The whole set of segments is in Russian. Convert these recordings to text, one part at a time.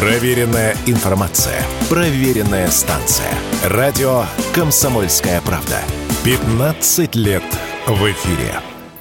Проверенная информация. Проверенная станция. Радио «Комсомольская правда». 15 лет в эфире.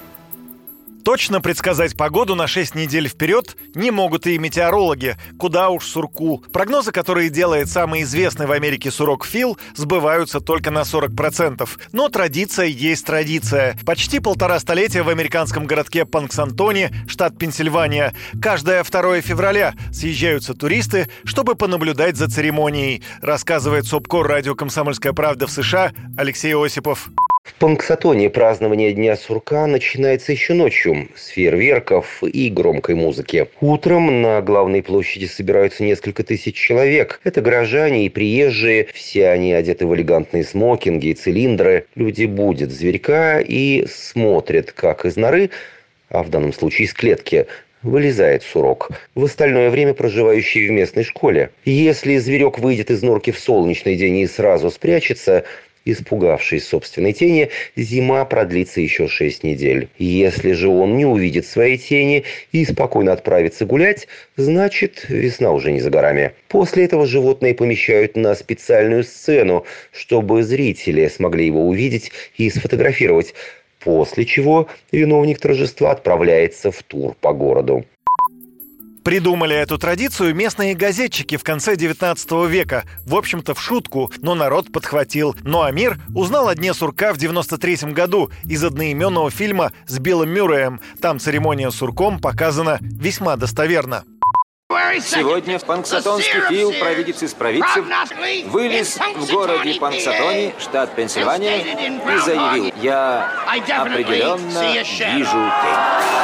Точно предсказать погоду на 6 недель вперед не могут и метеорологи. Куда уж сурку. Прогнозы, которые делает самый известный в Америке сурок Фил, сбываются только на 40%. Но традиция есть традиция. Почти 1,5 столетия в американском городке Пунксантони, штат Пенсильвания, каждое 2 февраля съезжаются туристы, чтобы понаблюдать за церемонией, рассказывает СОБКОР радио «Комсомольская правда» в США Алексей Осипов. В Пунксантони празднование Дня сурка начинается еще ночью, с фейерверков и громкой музыки. Утром на главной площади собираются несколько тысяч человек. Это горожане и приезжие, все они одеты в элегантные смокинги и цилиндры. Люди будят зверька и смотрят, как из норы, а в данном случае из клетки, вылезает сурок, в остальное время проживающий в местной школе. Если зверек выйдет из норки в солнечный день и сразу спрячется, испугавшись собственной тени, зима продлится еще 6 недель. Если же он не увидит своей тени и спокойно отправится гулять, значит, весна уже не за горами. После этого животное помещают на специальную сцену, чтобы зрители смогли его увидеть и сфотографировать, после чего виновник торжества отправляется в тур по городу. Придумали эту традицию местные газетчики в конце 19 века. В общем-то, в шутку, но народ подхватил. Ну а мир узнал о Дне сурка в 93 году из одноименного фильма с Биллом Мюрреем. Там церемония с сурком показана весьма достоверно. Сегодня в Пунксантонский Фил, провидец из провидцев, вылез в городе Пунксантони, штат Пенсильвания, и заявил: «Я определенно вижу тень».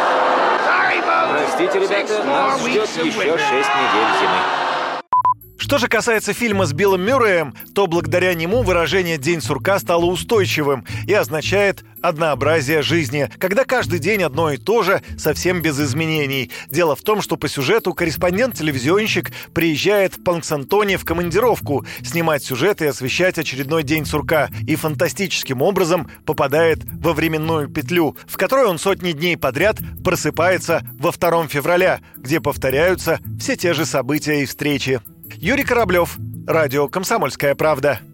Простите, ребята, нас ждет еще 6 недель зимы. Что же касается фильма с Биллом Мюрреем, то благодаря нему выражение «День сурка» стало устойчивым и означает однообразие жизни, когда каждый день одно и то же, совсем без изменений. Дело в том, что по сюжету корреспондент-телевизионщик приезжает в Пунксантони в командировку снимать сюжет и освещать очередной День сурка, и фантастическим образом попадает во временную петлю, в которой он сотни дней подряд просыпается во 2 февраля, где повторяются все те же события и встречи. Юрий Кораблев, радио «Комсомольская правда».